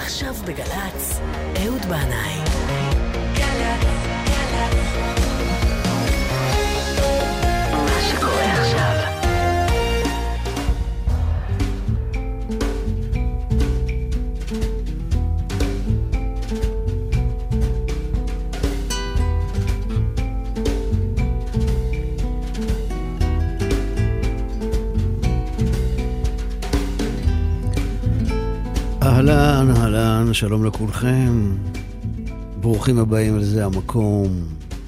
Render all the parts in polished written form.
עכשיו בגלץ, אהוד בנאי. מה שקורה עכשיו. אהלן, אהלן, שלום לכולכם. ברוכים הבאים על זה המקום.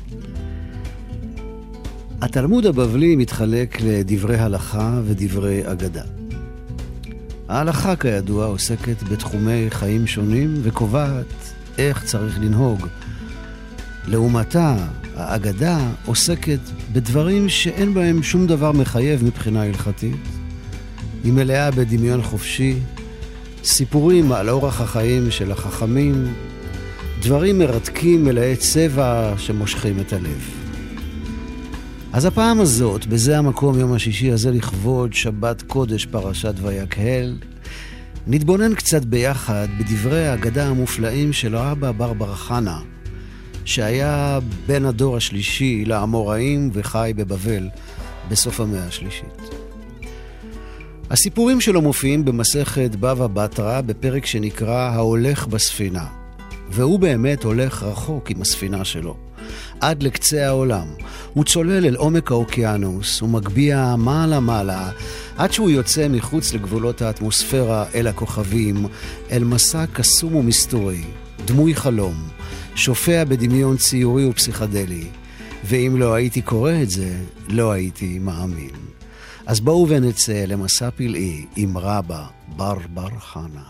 התלמוד הבבלי מתחלק לדברי הלכה ודברי אגדה. ההלכה כידוע עוסקת בתחומי חיים שונים וקובעת איך צריך לנהוג. לעומתה, האגדה עוסקת בדברים שאין בהם שום דבר מחייב מבחינה הלכתית. היא מלאה בדמיון חופשי, סיפורים על אורח החיים של החכמים, דברים מרתקים מלאי צבע שמושכים את הלב. אז הפעם הזאת, בזה המקום יום השישי הזה לכבוד שבת קודש פרשת ויקהל, נתבונן קצת ביחד בדברי האגדה המופלאים של האבא בר חנה, שהיה בן הדור השלישי לאמוראים וחי בבבל בסוף המאה השלישית. הסיפורים שלו מופיעים במסכת בבא בתרא בפרק שנקרא ההולך בספינה. והוא באמת הולך רחוק עם הספינה שלו, עד לקצה העולם. הוא צולל אל עומק האוקיינוס, הוא מגביע מעלה, עד שהוא יוצא מחוץ לגבולות האטמוספירה אל הכוכבים, אל מסע קסום ומסתורי, דמוי חלום, שופע בדמיון ציורי ופסיכדלי. ואם לא הייתי קורא את זה, לא הייתי מאמין. אז בואו ונצא למסע פלאי עם רבא בר חנה.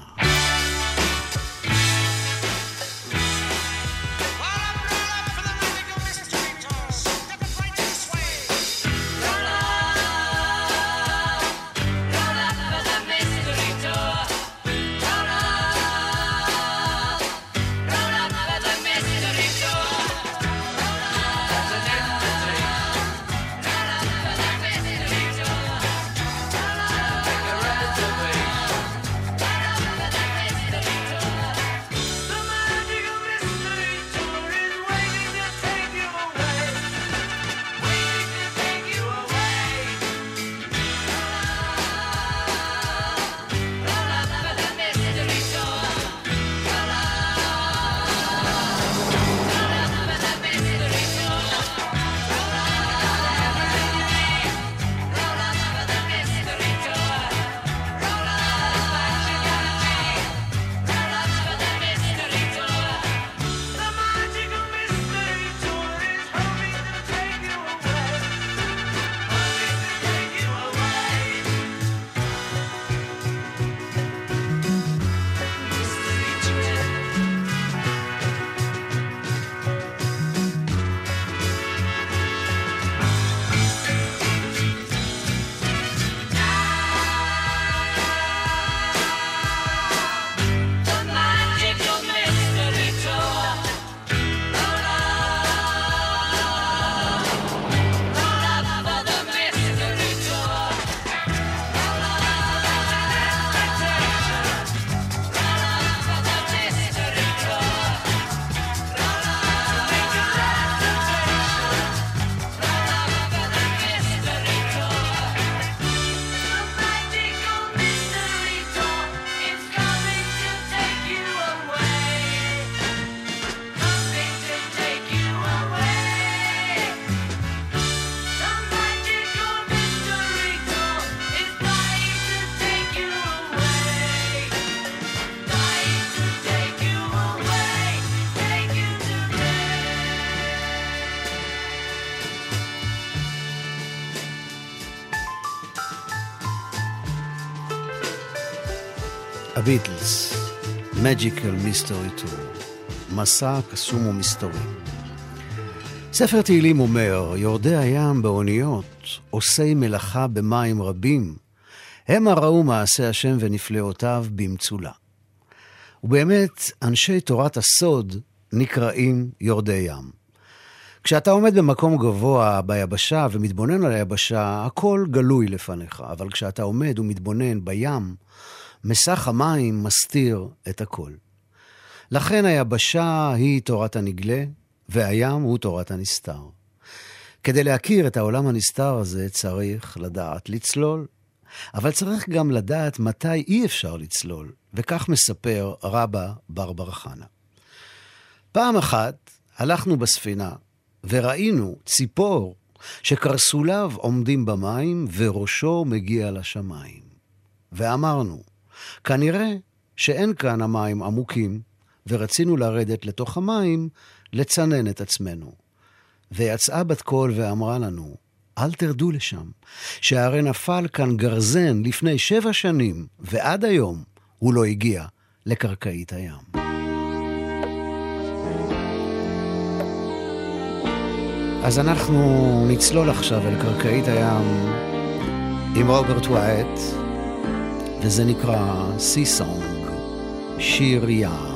הביטלס, Magical Mystery Tour, מסע קסום ומסתורי. ספר תהילים אומר, יורדי הים באוניות, עושי מלאכה במים רבים, הם ראו מעשה השם ונפלאותיו במצולה. ובאמת, אנשי תורת הסוד נקראים יורדי ים. כשאתה עומד במקום גבוה ביבשה ומתבונן על היבשה, הכל גלוי לפניך, אבל כשאתה עומד ומתבונן בים, מסך המים מסתיר את הכל. לכן היבשה היא תורת הנגלה, והים הוא תורת הנסתר. כדי להכיר את העולם הנסתר הזה צריך לדעת לצלול, אבל צריך גם לדעת מתי אי אפשר לצלול, וכך מספר רבא בר חנה. פעם אחת הלכנו בספינה, וראינו ציפור שקרסוליו עומדים במים, וראשו מגיע לשמיים. ואמרנו, כנראה שאין כאן המים עמוקים, ורצינו לרדת לתוך המים לצנן את עצמנו. ויצאה בת קול ואמרה לנו, אל תרדו לשם, שהרי נפל כאן גרזן לפני 7 שנים, ועד היום הוא לא הגיע לקרקעית הים. אז אנחנו נצלול עכשיו אל קרקעית הים עם רוברט ווייט, וזה נקרא Sea Song, שיר ים.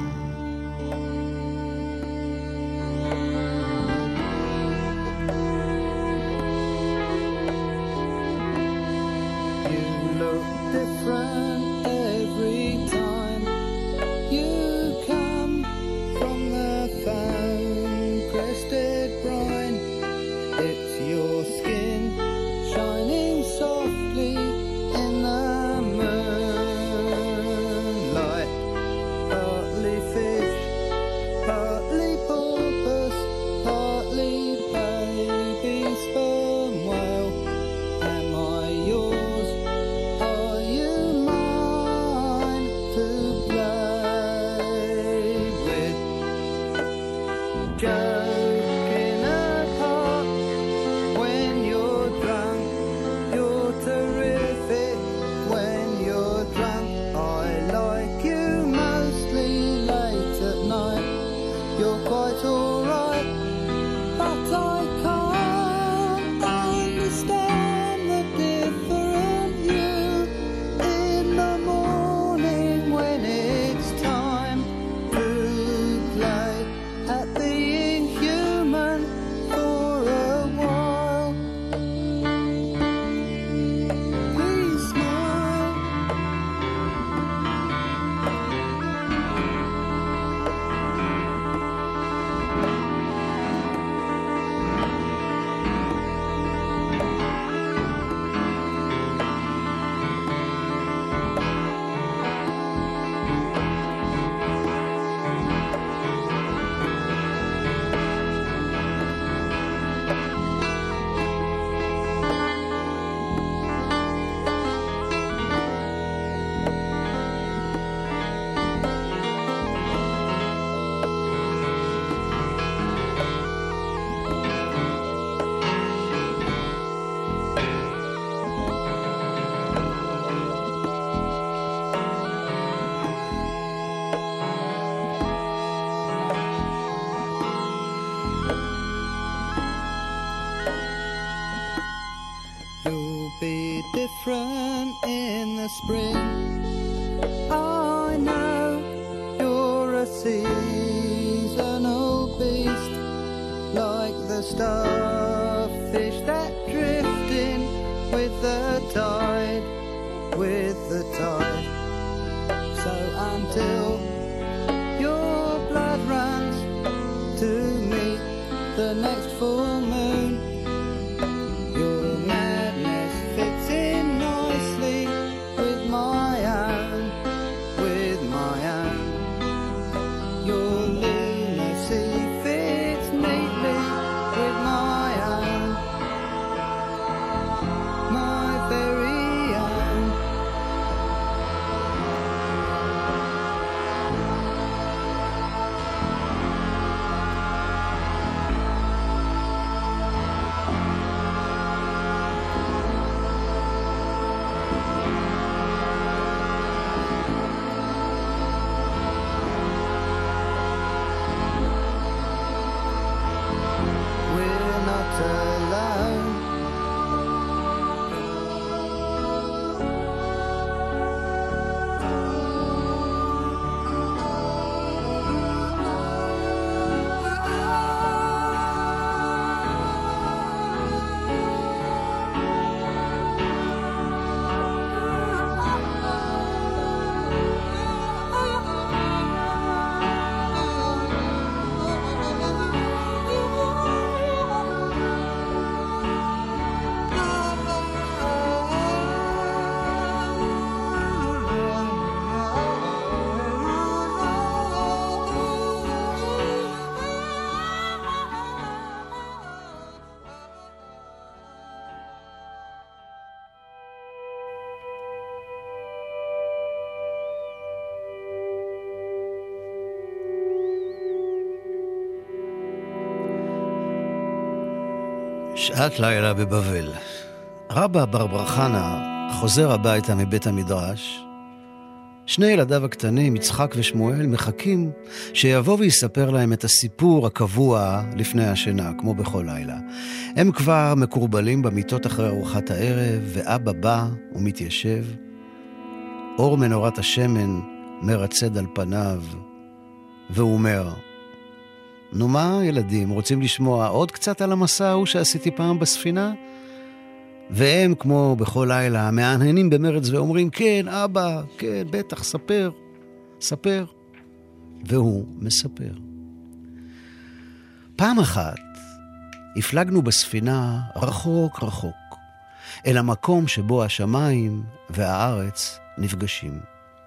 Different in the spring. I know you're a seasonal beast, like the starfish that drift in with the tide, with the tide. So until your blood runs to meet the next full moon, שעת לילה בבבל. רבא בר חנה חוזר הביתה מבית המדרש. שני ילדיו הקטנים, יצחק ושמואל, מחכים שיבוא ויספר להם את הסיפור הקבוע לפני השינה, כמו בכל לילה. הם כבר מקורבלים במיטות אחרי ארוחת הערב, ואבא בא ומתיישב. אור מנורת השמן מרצד על פניו, והוא אומר, נו מה ילדים, רוצים לשמוע עוד קצת על המסע ההוא שעשיתי פעם בספינה? והם כמו בכל לילה מהנהנים במרץ ואומרים, כן אבא, כן בטח, ספר, ספר. והוא מספר. פעם אחת הפלגנו בספינה רחוק רחוק אל המקום שבו השמיים והארץ נפגשים.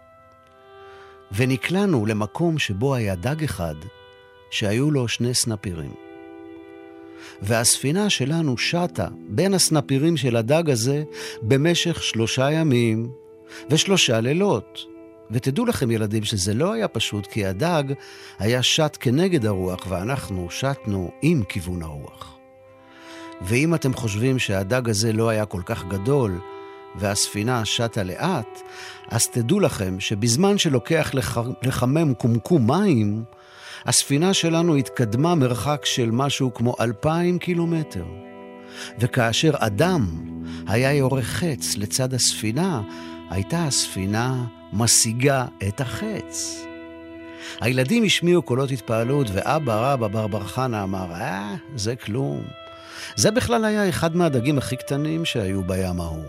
ונקלענו למקום שבו היה דג אחד שהיו לו 2 סנפירים. והספינה שלנו שטה בין הסנפירים של הדג הזה במשך 3 ימים ו3 לילות. ותדעו לכם ילדים שזה לא היה פשוט, כי הדג היה שט כנגד הרוח ואנחנו שטנו עם כיוון הרוח. ואם אתם חושבים שהדג הזה לא היה כל כך גדול והספינה שטה לאט, אז תדעו לכם שבזמן שלוקח לחמם קומקום מים, הספינה שלנו התקדמה מרחק של משהו כמו 2,000 קילומטר. וכאשר אדם היה יורה חץ לצד הספינה, הייתה הספינה משיגה את החץ. הילדים השמיעו קולות התפעלות, ואבא רבא בר חנה אמר, זה כלום. זה בכלל היה אחד מהדגים הכי קטנים שהיו בים ההוא.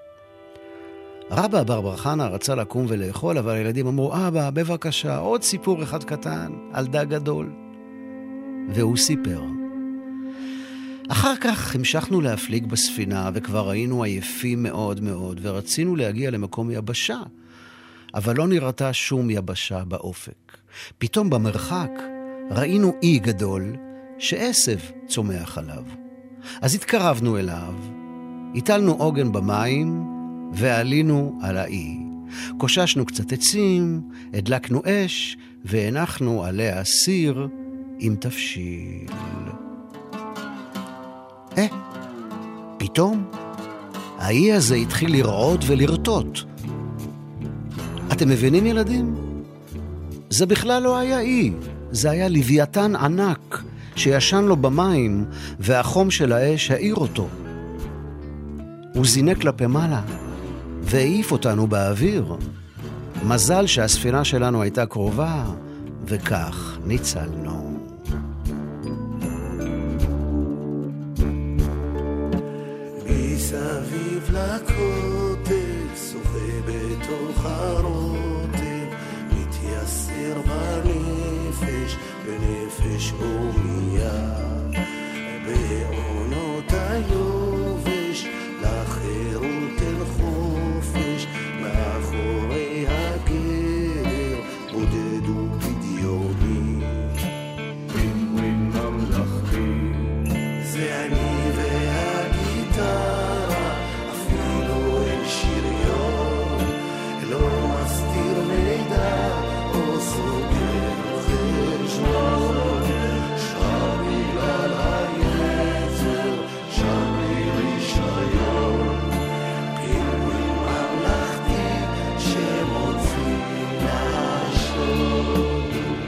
רבא בר חנה רצה לקום ולאכול, אבל הילדים אמרו, אבא, בבקשה, עוד סיפור אחד קטן על דג גדול. והוא סיפר. אחר כך המשכנו להפליג בספינה, וכבר היינו עייפים מאוד מאוד, ורצינו להגיע למקום יבשה, אבל לא נראתה שום יבשה באופק. פתאום במרחק ראינו אי גדול שעשב צומח עליו. אז התקרבנו אליו, הטלנו עוגן במים, ועלינו על האי. קוששנו קצת עצים, הדלקנו אש, והנחנו עליה סיר עם תפשיל. פתאום האי הזה התחיל לרעוד ולרטוט. אתם מבינים ילדים? זה בכלל לא היה אי, זה היה לוויתן ענק שישן לו במים, והחום של האש העיר אותו. הוא זינק כלפי מעלה והעיף אותנו באוויר. מזל שהספינה שלנו הייתה קרובה, וכך ניצלנו. מסביב לכותל, שוחה בתוך הרוטל, מתייסר בנפש, בנפש הומיה, בעונות היובש, לחירות אל חופש, מאחורי הגדר, בודד ובדיוני. פינגווין ממלכתי, זה אני והגיטרה, אפילו אין שריון, לא מסתיר מידע, או סוגר חשבון, שם בגלל היצר, שם רישיון. פינגווין ממלכתי שמוציא לשון.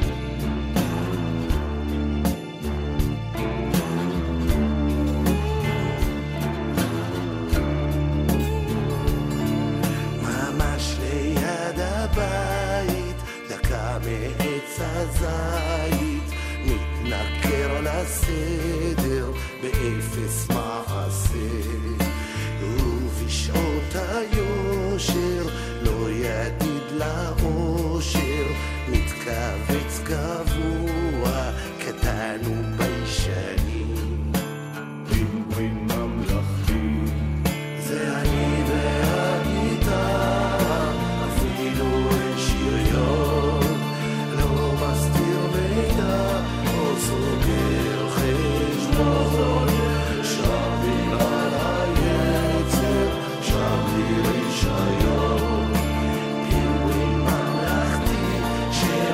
ממש ליד הבית, דקה מעץ הזית, מתנקר לסדר באפס מעשה. ובשעות היושר לא ידיד לאושר, מתכווץ קבוע, קטן וביישני. פינגווין ממלכתי, זה אני והגיטרה, אפילו אין שריון, לא מסתיר מידע, או סוגר חשבון, שם בגלל היצר, שם בלי רישיון. פינגווין ממלכתי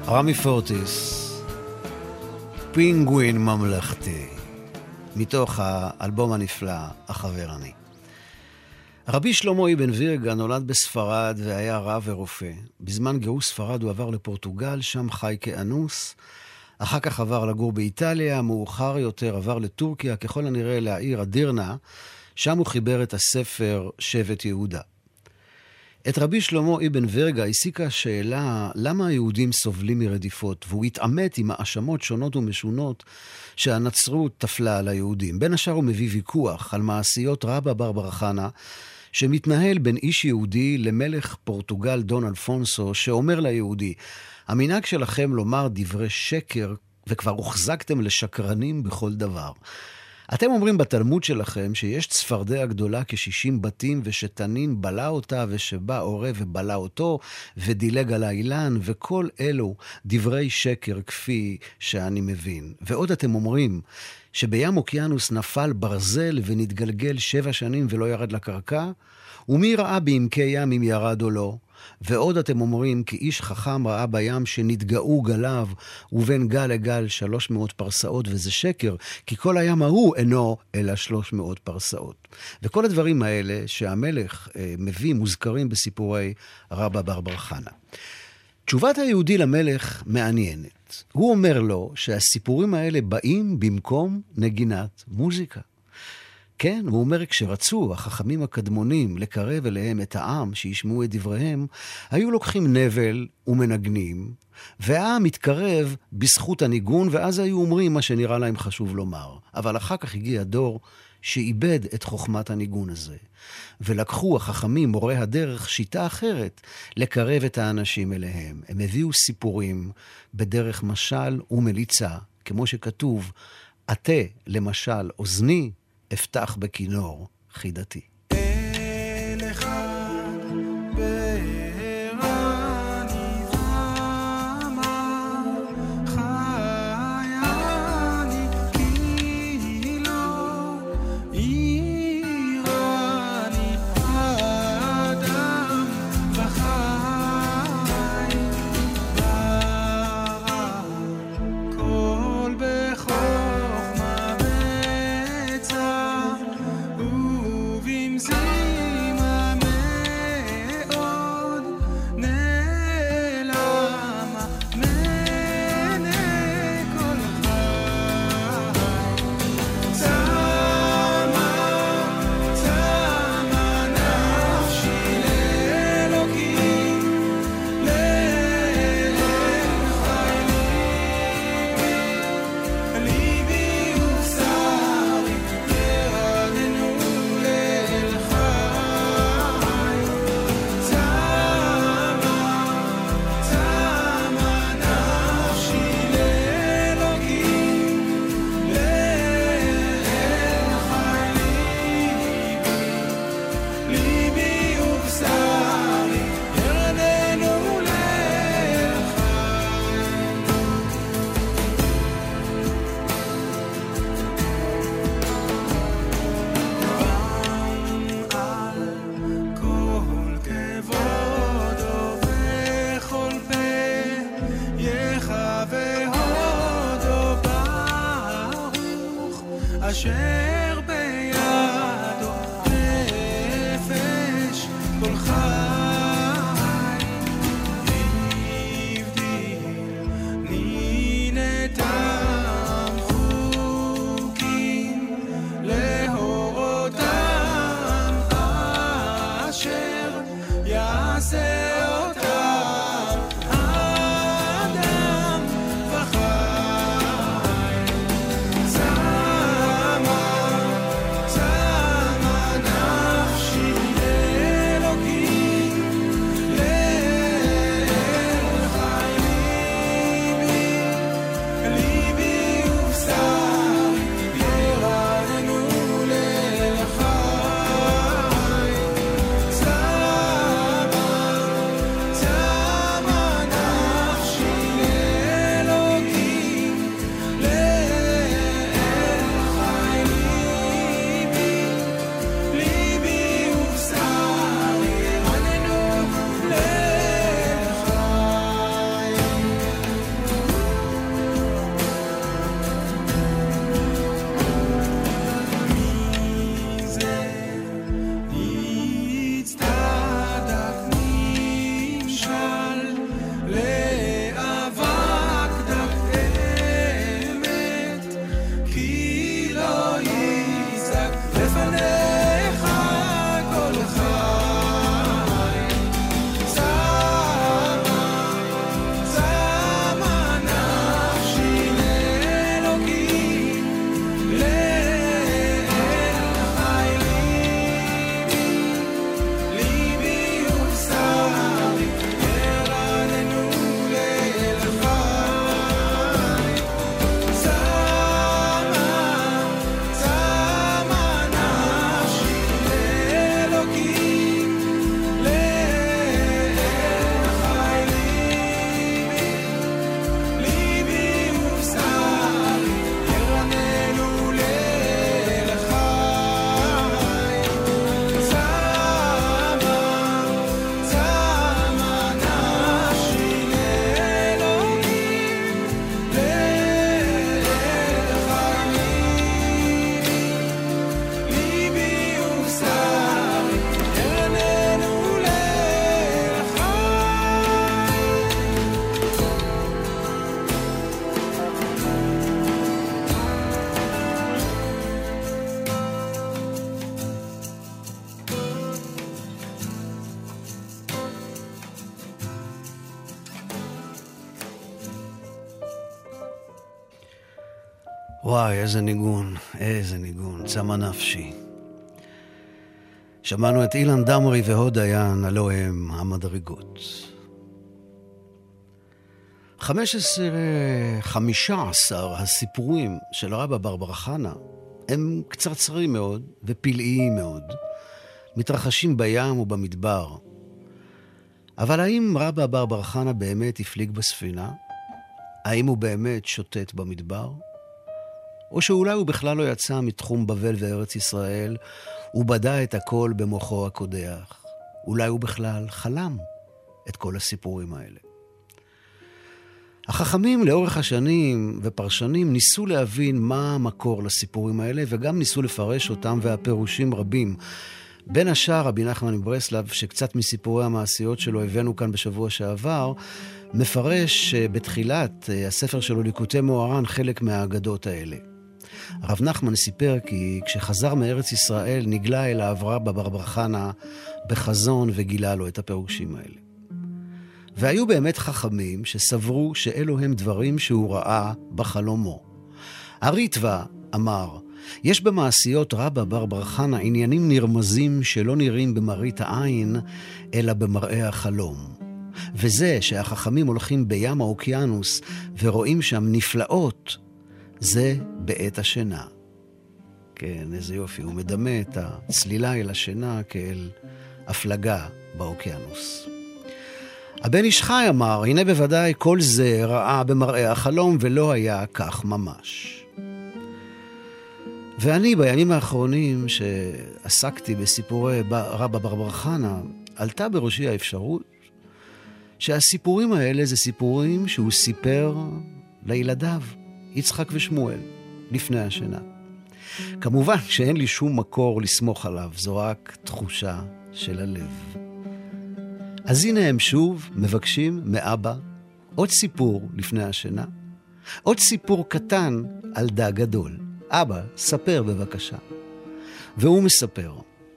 רמי פורטיס, פינגווין ממלכתי, מתוך האלבום הנפלא, החבר אני. רבי שלמה אבן וירגה נולד בספרד והיה רב ורופא. בזמן גירוש ספרד הוא עבר לפורטוגל, שם חי כאנוס. אחר כך עבר לגור באיטליה, מאוחר יותר עבר לטורקיה, ככל הנראה לעיר אדירנה, שם הוא חיבר את הספר שבט יהודה. את רבי שלמה אבן וירגה העסיקה השאלה למה היהודים סובלים מרדיפות, והוא התעמת עם האשמות שונות ומשונות שהנצרות תפלה על היהודים. בין השאר הוא מביא ויכוח על מעשיות רבא ברבר חנה, שמתנהל בין איש יהודי למלך פורטוגל דון אלפונסו, שאומר ליהודי, המנהג שלכם לומר דברי שקר, וכבר הוחזקתם לשקרנים בכל דבר. אתם אומרים בתלמוד שלכם שיש צפרדע גדולה כ-60 בתים ושתנין בלה אותה ושבא עורב ובלה אותו ודילג על האילן, וכל אלו דברי שקר כפי שאני מבין. ועוד אתם אומרים שבים אוקיינוס נפל ברזל ונתגלגל 7 שנים ולא ירד לקרקע, ומי ראה בעמקי ים אם ירד או לא? ועוד אתם אומרים כי איש חכם ראה בים שנתגאו גליו ובין גל לגל 300 פרסאות, וזה שקר, כי כל הים ההוא אינו אלא 300 פרסאות. וכל הדברים האלה שהמלך מביא מוזכרים בסיפורי רבא ברבר חנה. תשובת היהודי למלך מעניינת. הוא אומר לו שהסיפורים האלה באים במקום נגינת מוזיקה. כן, הוא אומר, כשרצו החכמים הקדמונים לקרב אליהם את העם שישמעו את דבריהם, היו לוקחים נבל ומנגנים, והעם מתקרב בזכות הניגון, ואז היו אומרים מה שנראה להם חשוב לומר. אבל אחר כך הגיע דור שאיבד את חוכמת הניגון הזה, ולקחו החכמים מורי הדרך שיטה אחרת לקרב את האנשים אליהם. הם הביאו סיפורים בדרך משל ומליצה, כמו שכתוב, עתה למשל אוזני, אפתח בכינור חידתי. ובמזים וואי, איזה ניגון, איזה ניגון, צמא נפשי. שמענו את אילן דמרי והוד דיין, הלא הם המדרגות. 15 הסיפורים של רבא ברבר חנה הם קצרצרים מאוד ופלאיים מאוד. מתרחשים בים ובמדבר. אבל האם רבא ברבר חנה באמת הפליג בספינה? האם הוא באמת שוטט במדבר? או שאולי הוא בכלל לא יצא מתחום בבל וארץ ישראל, הוא בדע את הכל במוחו הקודח. אולי הוא בכלל חלם את כל הסיפורים האלה. החכמים לאורך השנים ופרשנים ניסו להבין מה המקור לסיפורים האלה, וגם ניסו לפרש אותם, והפירושים רבים. בין השאר, רבי נחמן מברסלב, שקצת מסיפורי המעשיות שלו הבאנו כאן בשבוע שעבר, מפרש בתחילת הספר שלו ליקוטי מוהר"ן חלק מהאגדות האלה. הרב נחמן סיפר כי כשחזר מארץ ישראל נגלה אליו רבא ברבר חנה בחזון וגילה לו את הפירושים האלה. והיו באמת חכמים שסברו שאלו הם דברים שהוא ראה בחלומו. הריטב"א אמר, יש במעשיות רבא ברבר חנה עניינים נרמזים שלא נראים במראית העין, אלא במראה החלום. וזה שהחכמים הולכים בים האוקיינוס ורואים שם נפלאות, זה בעת השינה. כן, איזה יופי, הוא מדמה את הצלילה אל השינה כאל הפלגה באוקיינוס. הבן איש חי אמר, הנה בוודאי כל זה ראה במראה החלום ולא היה כך ממש. ואני בימים האחרונים שעסקתי בסיפורי רבא ברבר חנה, עלתה בראשי האפשרות שהסיפורים האלה זה סיפורים שהוא סיפר לילדיו, יצחק ושמואל, לפני השינה. כמובן שאין לי שום מקור לסמוך עליו, זו רק תחושה של הלב. אז הנה הם שוב מבקשים מאבא עוד סיפור לפני השינה, עוד סיפור קטן על דג גדול. אבא, ספר בבקשה. והוא מספר.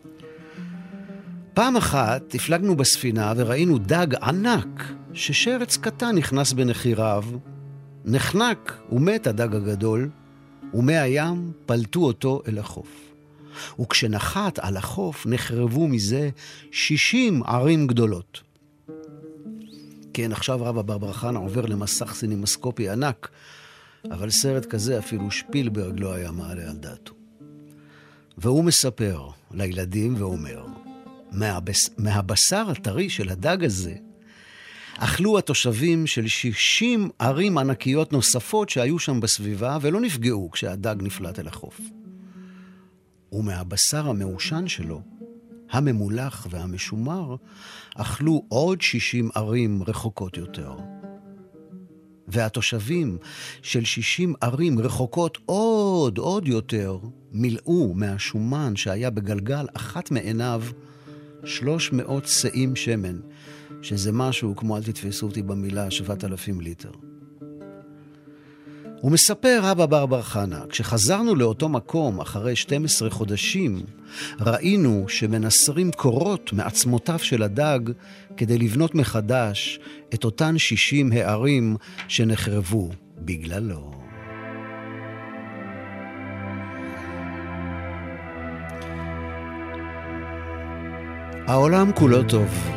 פעם אחת הפלגנו בספינה וראינו דג ענק ששרץ קטן נכנס בנחיריו, נחנק ומת הדג הגדול, ומי הים פלטו אותו אל החוף. וכשנחת על החוף נחרבו מזה 60 ערים גדולות. כן, עכשיו רבא ברבר חנה עובר למסך סינמסקופי ענק, אבל סרט כזה אפילו שפילברג לא היה מעלה על דעתו. והוא מספר לילדים ואומר, מהבשר הטרי של הדג הזה, אכלו התושבים של 60 ערים ענקיות נוספות שהיו שם בסביבה, ולא נפגעו כשהדג נפלט אל החוף. ומהבשר המעושן שלו, הממולח והמשומר, אכלו עוד 60 ערים רחוקות יותר. והתושבים של 60 ערים רחוקות עוד יותר, מילאו מהשומן שהיה בגלגל אחת מעיניו 300 שאים שמן, שזה משהו כמו, אל תתפסו אותי במילה, 7,000 ליטר. הוא מספר רבא ברבר חנה, כשחזרנו לאותו מקום אחרי 12 חודשים, ראינו שמנסרים קורות מעצמותיו של הדג כדי לבנות מחדש את אותן 60 הערים שנחרבו בגללו. העולם כולו טוב.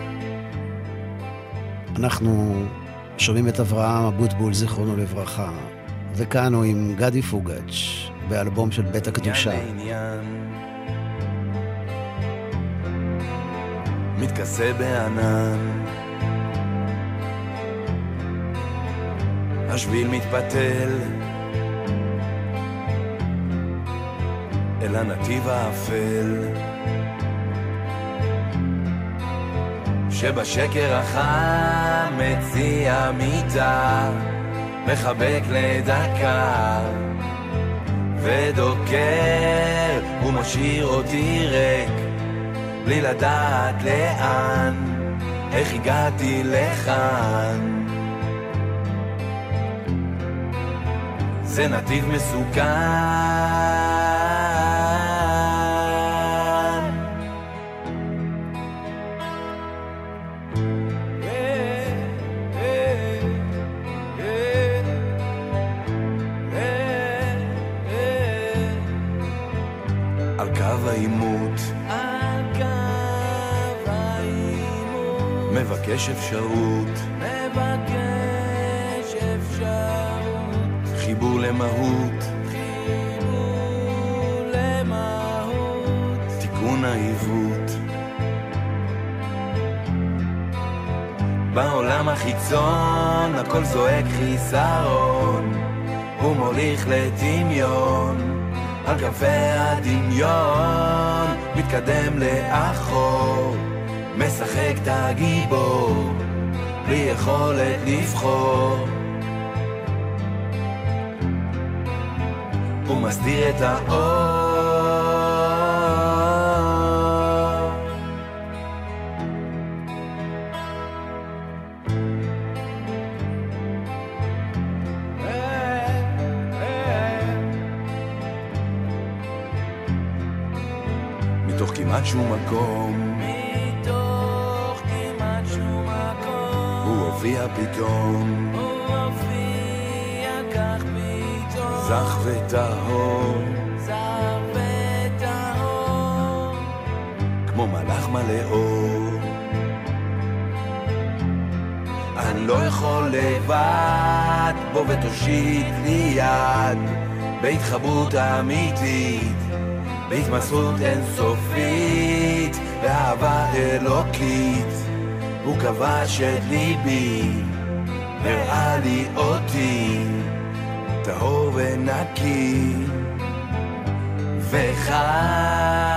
אנחנו שומעים את אברהם אבוטבול, זיכרונו לברכה, וכאן הוא עם גדי פוגץ' באלבום של בית הקדושה. מתכסה בענן, השביל מתפתל אל הנתיב האפל, שבשקר החם מציע מיטה, מחבק לדקה ודוקר ומשאיר אותי ריק בלי לדעת לאן, איך הגעתי לכאן. זה נתיב מסוכן, העימות, על קו העימות, מבקש אפשרות, מבקש אפשרות, חיבור למהות, חיבור למהות, תיקון העיוות. בעולם החיצון הכל זועק חיסרון, הוא מוליך לדמיון, על קווי הדמיון מתקדם לאחור, משחק את הגיבור בלי יכולת לבחור, הוא מסתיר את האור. מתוך כמעט שום מקום, מתוך כמעט שום מקום, הוא הופיע פתאום, הוא הופיע כך פתאום, זך וטהור, זר וטהור, כמו מלאך מלא אור. אני לא יכול לבד, בוא ותושיט לי יד, בהתחברות אמיתית, בהתמסרות אינסופית, באהבה אלוקית. הוא כבש את ליבי, הראה לי אותי, טהור ונקי וחי.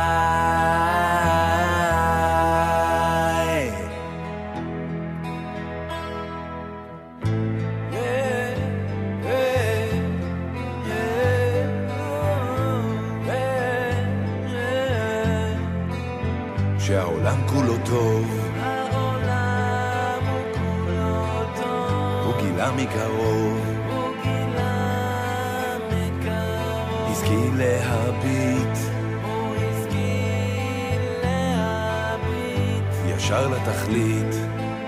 שהעולם כולו טוב, העולם הוא כולו טוב, הוא גילה מקרוב, הוא גילה מקרוב, השכיל להביט, הוא השכיל להביט, ישר לתכלית,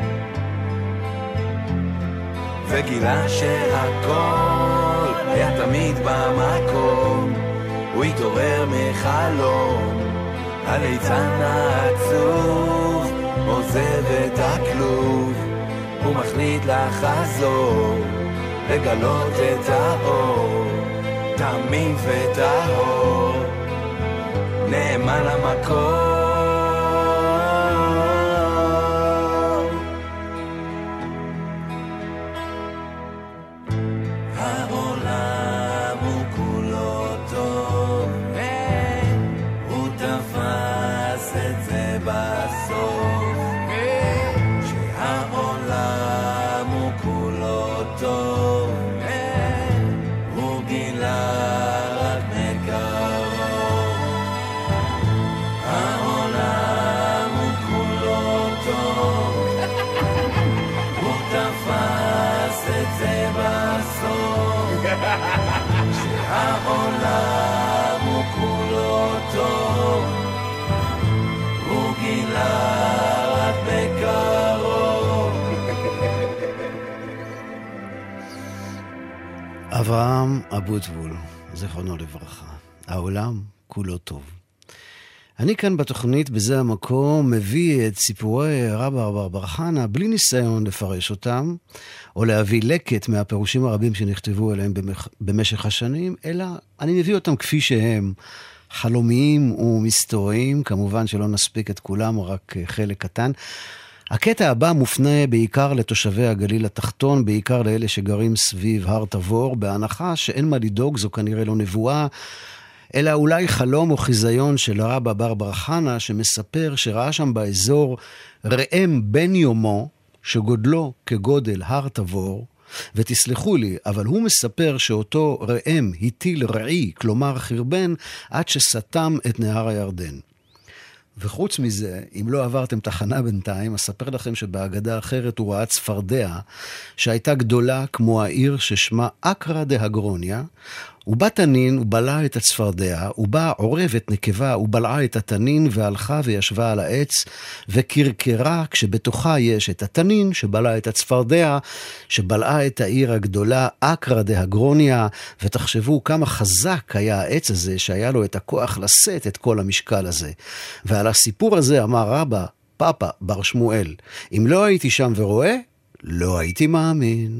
וגילה שהכל היה תמיד במקום, הוא התעורר מחלום, הליצן העצוב עוזב את הכלוב, הוא מחליט לחזור, לגלות את האור, תמים וטהור, נאמן למקום. העולם הוא כולו טוב, הוא תפס את זה בסוף, שהעולם הוא כולו טוב, הוא גילה רק מקרוב. העולם הוא כולו טוב, הוא תפס את זה בסוף, שהעולם הוא כולו טוב, הוא גילה רק בקרוב. אברהם אבוטבול, זכרונו לברכה. העולם כולו טוב. אני כאן בתוכנית, בזה המקום, מביא את סיפורי רבא בר חנה, בלי ניסיון לפרש אותם, או להביא לקט מהפירושים הרבים שנכתבו אליהם במשך השנים, אלא אני מביא אותם כפי שהם, חלומיים ומסתוריים, כמובן שלא נספיק את כולם, רק חלק קטן. הקטע הבא מופנה בעיקר לתושבי הגליל התחתון, בעיקר לאלה שגרים סביב הר תבור, בהנחה שאין מה לדאוג, זו כנראה לא נבואה, אלא אולי חלום או חיזיון של רבא בר חנה, שמספר שראה שם באזור ראם בן יומו, שגודלו כגודל הר תבור, ותסלחו לי, אבל הוא מספר שאותו ראם הטיל רעי, כלומר חרבן, עד שסתם את נהר הירדן. וחוץ מזה, אם לא עברתם תחנה בינתיים, אספר לכם שבהגדה אחרת הוא ראה צפרדע, שהייתה גדולה כמו העיר ששמה אקרא דה הגרוניה, ובא תנין ובלע את הצפרדע, ובאה עורבת נקבה ובלעה את התנין והלכה וישבה על העץ וקרקרה כשבתוכה יש את התנין שבלע את הצפרדע שבלעה את העיר הגדולה אקרא דהגרוניה. ותחשבו כמה חזק היה העץ הזה שהיה לו את הכוח לשאת את כל המשקל הזה. ועל הסיפור הזה אמר רבא פאפה בר שמואל, אם לא הייתי שם ורואה לא הייתי מאמין.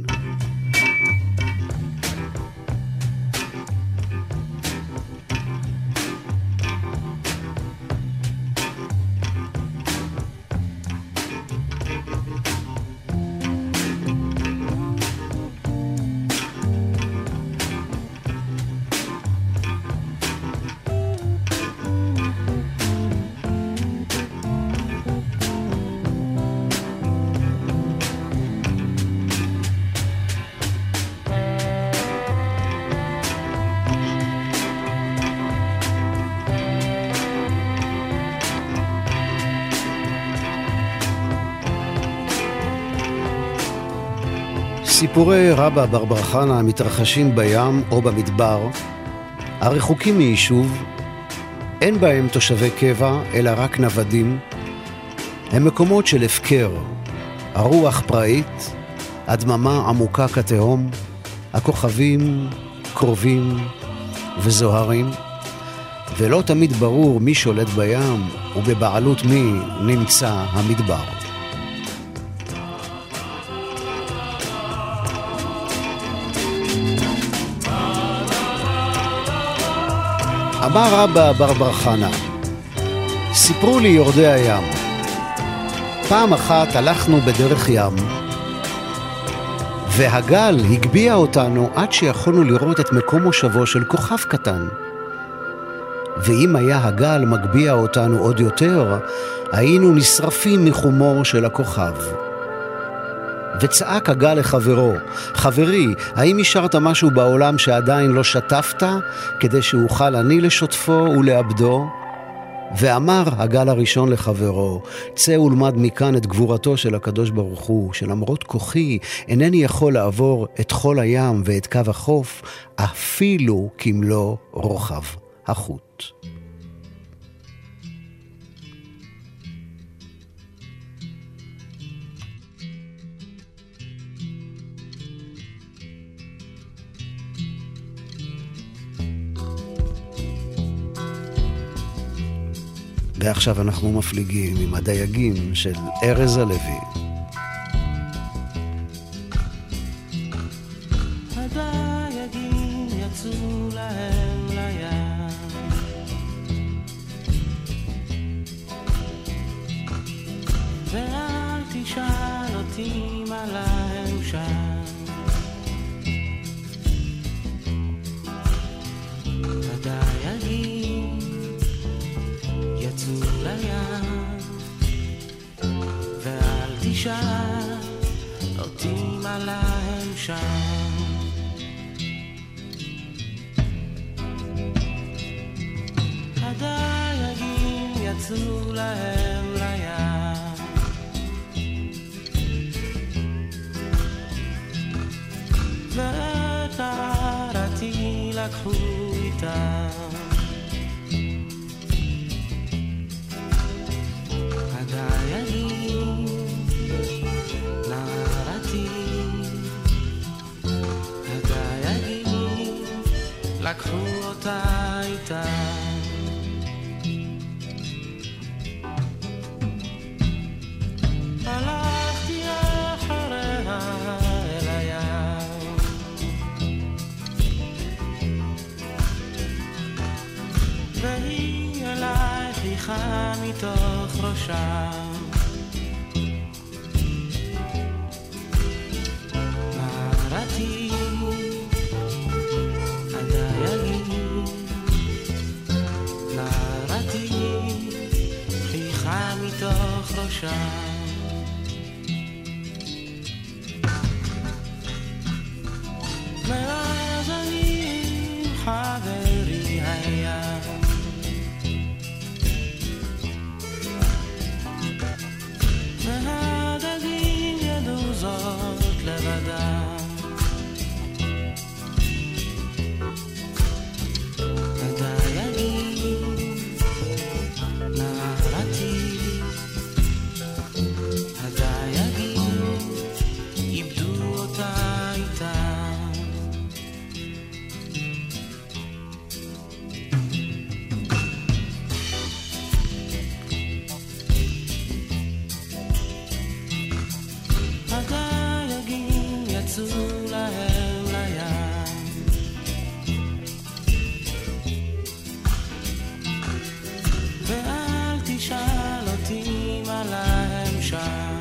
סיפורי רבא בר בר חנה מתרחשים בים או במדבר, הרחוקים מיישוב, אין בהם תושבי קבע אלא רק נוודים, הם מקומות של הפקר, הרוח פראית, הדממה עמוקה כתהום, הכוכבים קרובים וזוהרים, ולא תמיד ברור מי שולט בים ובבעלות מי נמצא המדבר. אמר רבא בר בר חנה, סיפרו לי יורדי הים, פעם אחת הלכנו בדרך ים, והגל הגביע אותנו עד שיכולנו לראות את מקום מושבו של כוכב קטן. ואם היה הגל מגביע אותנו עוד יותר, היינו נשרפים מחומו של הכוכב. וצעק הגל לחברו, חברי, האם השארת משהו בעולם שעדיין לא שטפת, כדי שאוכל אני לשותפו ולאבדו? ואמר הגל הראשון לחברו, צא ולמד מכאן את גבורתו של הקדוש ברוך הוא, שלמרות כוחי אינני יכול לעבור את חול הים ואת קו החוף, אפילו כמלוא רוחב החוט. ועכשיו אנחנו מפליגים עם הדייגים של ארז הלוי. הדייגים יצאו להם לים, ואל תשאל אותי מה להם שם. הדייגים יצאו לים, ואל תשאל אותי מה להם שם. הדייגים יצאו להם לים, ואת נערתי לקחו איתם. הדייגים נערתי, הדייגים לקחו אותה איתם. הלכתי אחריה אל הים, והיא אליי חיכה מתוך ראשה. נערתי, הדייגים, נערתי, חיכה מתוך ראשה. ואז אני עם חברי היה, והדגים ידעו זאת לבדם. יצאו להם לים. ואל תשאל אותי מה להם שם.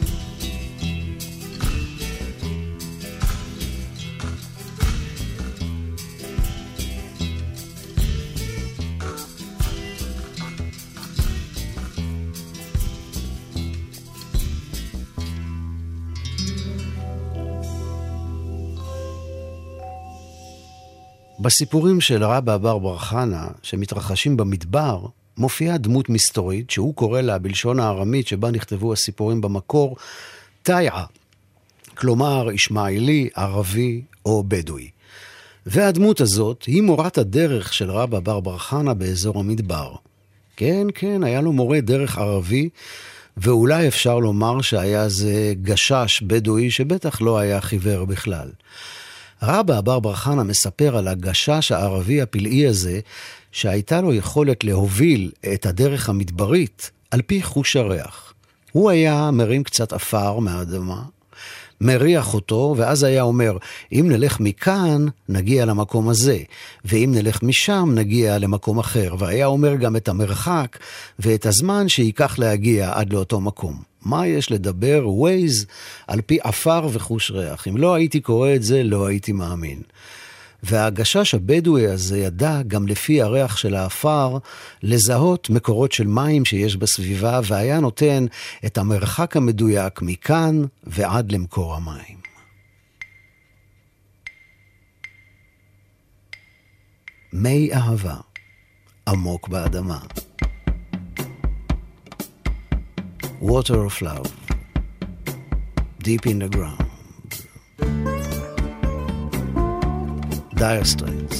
בסיפורים של רבא בר בר חנה, שמתרחשים במדבר, מופיעה דמות מסתורית, שהוא קורא לה בלשון הארמית שבה נכתבו הסיפורים במקור, תאיעה, כלומר ישמעאלי, ערבי או בדואי. והדמות הזאת היא מורת הדרך של רבא בר בר חנה באזור המדבר. כן, כן, היה לו מורה דרך ערבי, ואולי אפשר לומר שהיה זה גשש בדואי שבטח לא היה חיוור בכלל. רבא בר בר חנה מספר על הגשש הערבי הפלאי הזה, שהייתה לו יכולת להוביל את הדרך המדברית על פי חוש הריח. הוא היה מרים קצת אפר מהאדמה, מריח אותו, ואז היה אומר, אם נלך מכאן, נגיע למקום הזה, ואם נלך משם, נגיע למקום אחר. והיה אומר גם את המרחק ואת הזמן שייקח להגיע עד לאותו מקום. מה יש לדבר ווייז על פי אפר וחוש ריח? אם לא הייתי קורא את זה, לא הייתי מאמין. והגשש הבדואי הזה ידע גם לפי הריח של האפר לזהות מקורות של מים שיש בסביבה, והיה נותן את המרחק המדויק מכאן ועד למקור המים. מי אהבה עמוק באדמה. Water of love, deep in the ground. Dire Straits.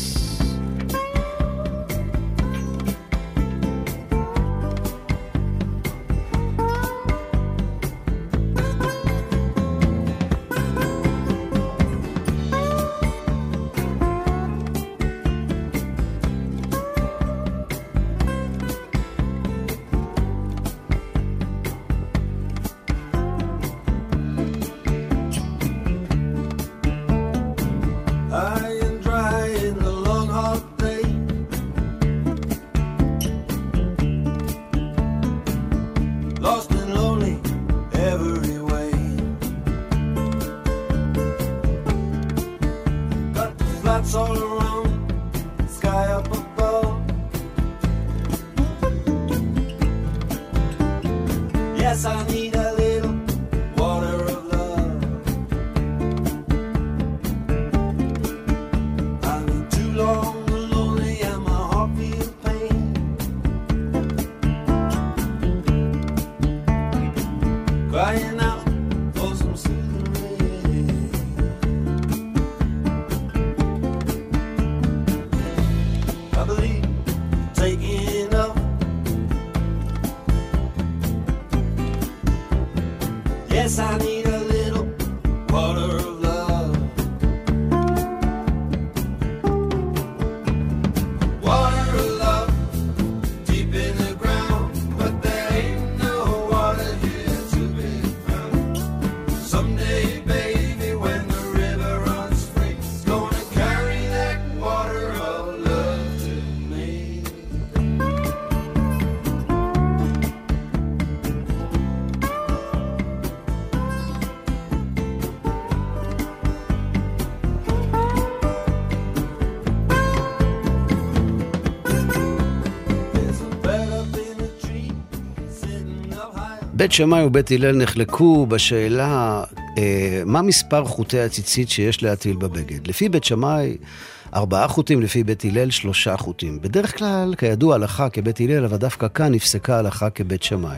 בית שמאי ובית הלל נחלקו בשאלה מה מספר חוטי הציצית שיש להטיל בבגד. לפי בית שמאי 4 חוטים, לפי בית הלל 3 חוטים. בדרך כלל, כידוע הלכה כבית הלל, אבל דווקא כאן נפסקה הלכה כבית שמאי.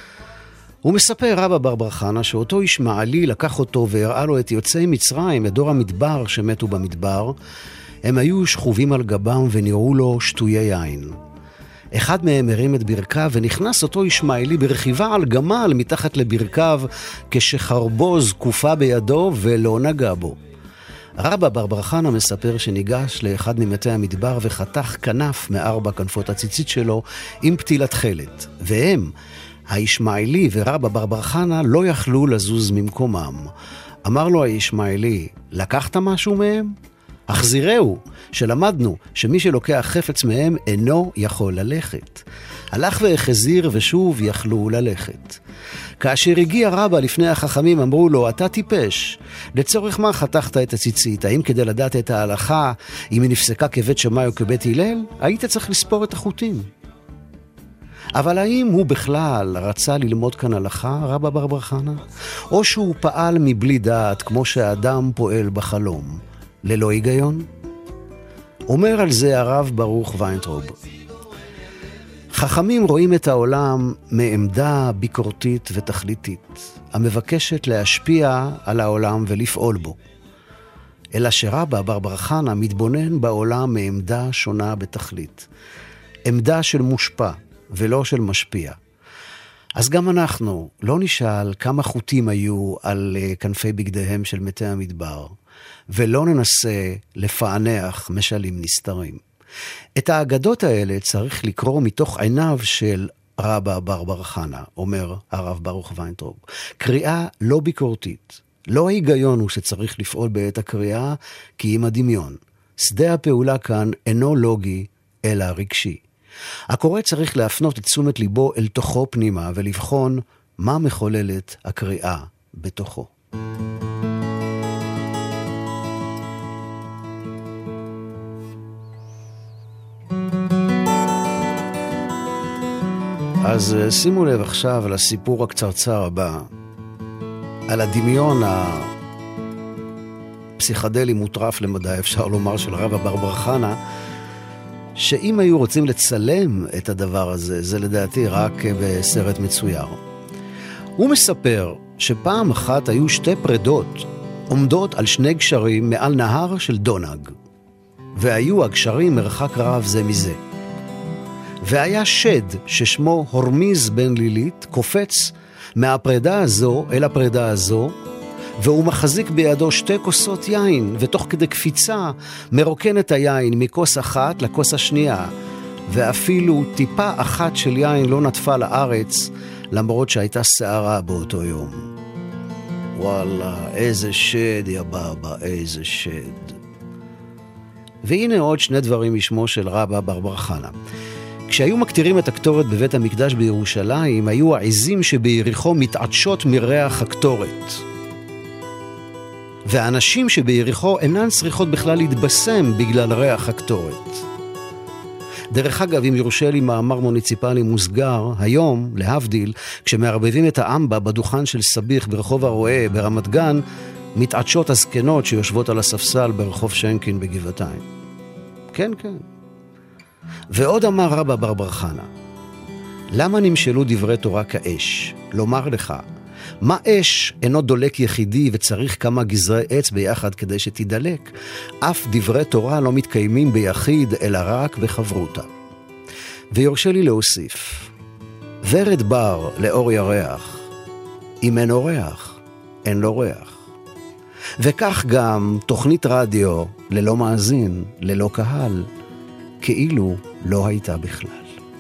הוא מספר רבא בר בר חנה שאותו ישמעאלי לקח אותו והראה לו את יוצאי מצרים, את דור המדבר שמתו במדבר. הם היו שכובים על גבם ונראו לו שטויי יין. אחד מהם הרים את ברכיו ונכנס אותו ישמעאלי ברכיבה על גמל מתחת לברכיו כשחרבו זקופה בידו ולא נגע בו. רבא בר בר חנה מספר שניגש לאחד ממתי המדבר וחתך כנף מ4 כנפות הציצית שלו עם פתילת חלת, והם, הישמעאלי ורבא בר בר חנה, לא יכלו לזוז ממקומם. אמר לו הישמעאלי, לקחת משהו מהם? החזירהו, שלמדנו שמי שלוקח חפץ מהם אינו יכול ללכת. הלך והחזיר ושוב יכלו ללכת. כאשר הגיע רבא לפני החכמים אמרו לו, אתה טיפש, לצורך מה חתכת את הציצית? האם כדי לדעת את ההלכה, אם היא נפסקה כבית שמאי או כבית הלל, היית צריך לספור את החוטים. אבל האם הוא בכלל רצה ללמוד כאן הלכה, רבא בר בר חנא? או שהוא פעל מבלי דעת כמו שהאדם פועל בחלום, ללא היגיון? אומר על זה הרב ברוך ויינטרוב, חכמים רואים את העולם מעמדה ביקורתית ותכליתית, המבקשת להשפיע על העולם ולפעול בו. אלא שרבא בר בר חנא מתבונן בעולם מעמדה שונה בתכלית. עמדה של מושפע ולא של משפיע. אז גם אנחנו לא נשאל כמה חוטים היו על כנפי בגדיהם של מתי המדבר, ולא ננסה לפענח משלים נסתרים. את האגדות האלה צריך לקרוא מתוך עיניו של רבא בר בר חנא, אומר הרב ברוך ויינטרוב. קריאה לא ביקורתית. לא ההיגיון הוא שצריך לפעול בעת הקריאה, כי אם הדמיון. שדה הפעולה כאן אינו לוגי, אלא רגשי. הקורא צריך להפנות את תשומת ליבו אל תוכו פנימה, ולבחון מה מחוללת הקריאה בתוכו. אז שימו לב עכשיו על הסיפור הקצרצר הבא, על הדמיון הפסיכדלי מוטרף למדי, אפשר לומר, של רבא בר בר חנא, שאם היו רוצים לצלם את הדבר הזה, זה לדעתי רק בסרט מצויר. הוא מספר שפעם אחת היו שתי פרדות עומדות על שני גשרים מעל נהר של דונג, והיו הגשרים מרחק רב זה מזה. והיה שד ששמו הורמיז בן לילית קופץ מהפרדה הזו אל הפרדה הזו, והוא מחזיק בידו שתי כוסות יין, ותוך כדי קפיצה מרוקן את היין מכוס אחת לכוס השנייה, ואפילו טיפה אחת של יין לא נטפה לארץ, למרות שהייתה שערה באותו יום. וואלה, איזה שד יא בבא, איזה שד. והנה עוד שני דברים משמו של רבא בר בר חנא. כשהיו מקטירים את הקטורת בבית המקדש בירושלים, היו העזים שביריחו מתעדשות מריח הקטורת. והאנשים שביריחו אינן צריכות בכלל להתבשם בגלל ריח הקטורת. דרך אגב, אם יורשה לי מאמר מוניציפלי מוסגר, היום, להבדיל, כשמערבבים את האמבה בדוכן של סביח ברחוב הרועה ברמת גן, מתעדשות הזקנות שיושבות על הספסל ברחוב שנקין בגבעתיים. כן, כן. ועוד אמר רבא בר בר חנא, למה נמשלו דברי תורה כאש? לומר לך, מה אש אינו דולק יחידי וצריך כמה גזרי עץ ביחד כדי שתדלק? אף דברי תורה לא מתקיימים ביחיד אלא רק בחברותה. ויורשה לי להוסיף, ורד בר לאור ירח, אם אין אורח, אין לו ריח. וכך גם תוכנית רדיו ללא מאזין, ללא קהל, כאילו לא הייתה בכלל.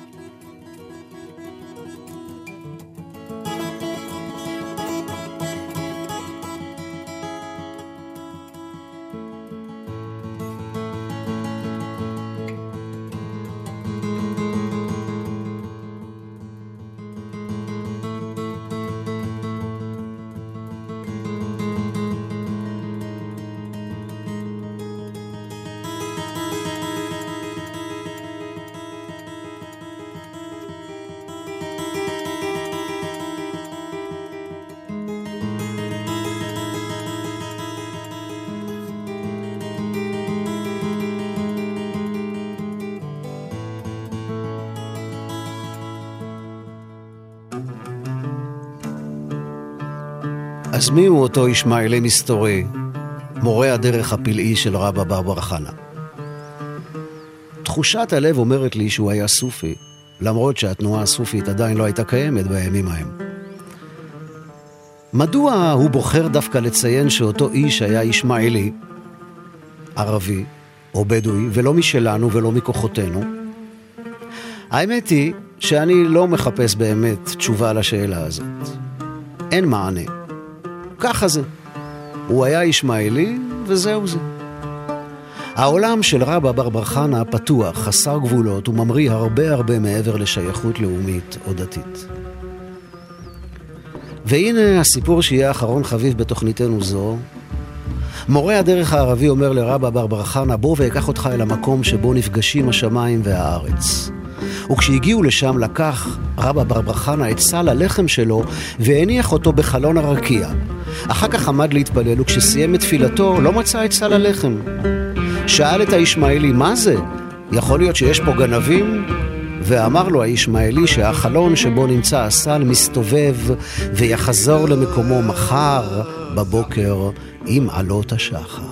אז מי הוא אותו ישמעאלי מסתורי, מורה הדרך הפלאי של רבא בר בר חנא? תחושת הלב אומרת לי שהוא היה סופי, למרות שהתנועה הסופית עדיין לא הייתה קיימת בימים ההם. מדוע הוא בוחר דווקא לציין שאותו איש היה ישמעאלי, ערבי או בדואי, ולא משלנו ולא מכוחותינו? האמת היא שאני לא מחפש באמת תשובה לשאלה הזאת. אין מענה. ככה זה. הוא היה ישמעאלי, וזהו זה. העולם של רבא בר בר חנה פתוח, חסר גבולות, וממריא הרבה הרבה מעבר לשייכות לאומית או דתית. והנה הסיפור שיהיה אחרון חביב בתוכניתנו זו. מורה הדרך הערבי אומר לרבא בר בר חנה, בוא ויקח אותך אל המקום שבו נפגשים השמיים והארץ. וכשהגיעו לשם לקח רבא בר בר חנה את סל הלחם שלו והניח אותו בחלון הרקיע. אחר כך עמד להתפלל, וכשסיים את תפילתו לא מצא את סל הלחם. שאל את הישמעאלי, מה זה? יכול להיות שיש פה גנבים? ואמר לו הישמעאלי שהחלון שבו נמצא הסל מסתובב ויחזור למקומו מחר בבוקר עם עלות השחר.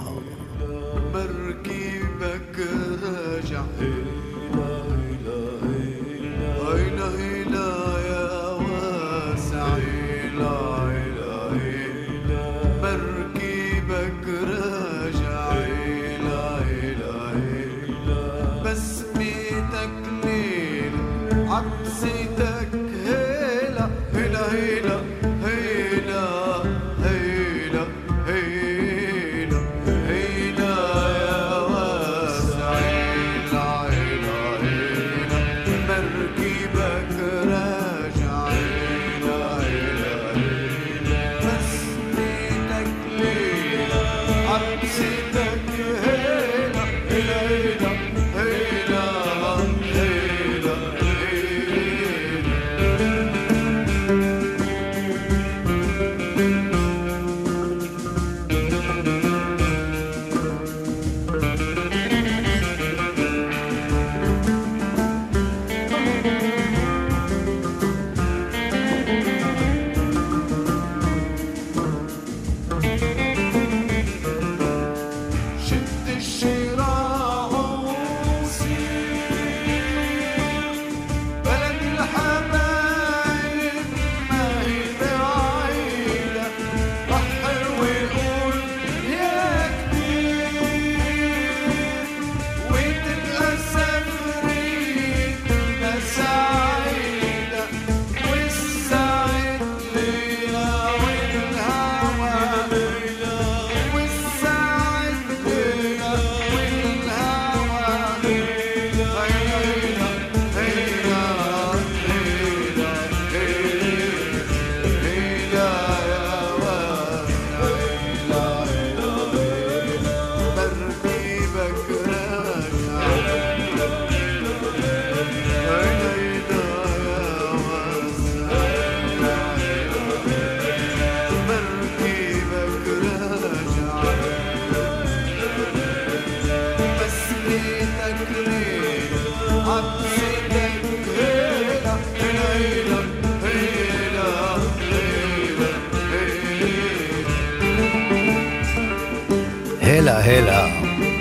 הלה,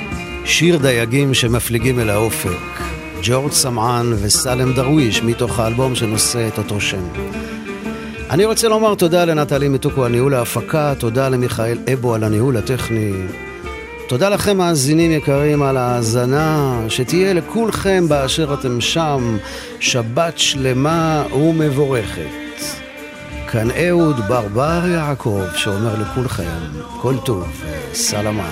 שיר דייגים שמפליגים אל האופק, ג'ורג' סמען וסלם דרוויש מתוך האלבום שנושא את אותו שם. אני רוצה לומר תודה לנטלי מתוקו על ניהול ההפקה, תודה למיכאל אבו על הניהול הטכני, תודה לכם מאזינים יקרים על ההאזנה, שתהיה לכולכם באשר אתם שם שבת שלמה ומבורכת. כאן אהוד ברבר יעקב שאומר לכולכם כל טוב וסלמה.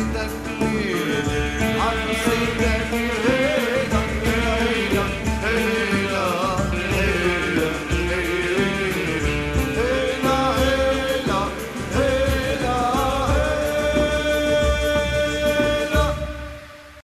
Hey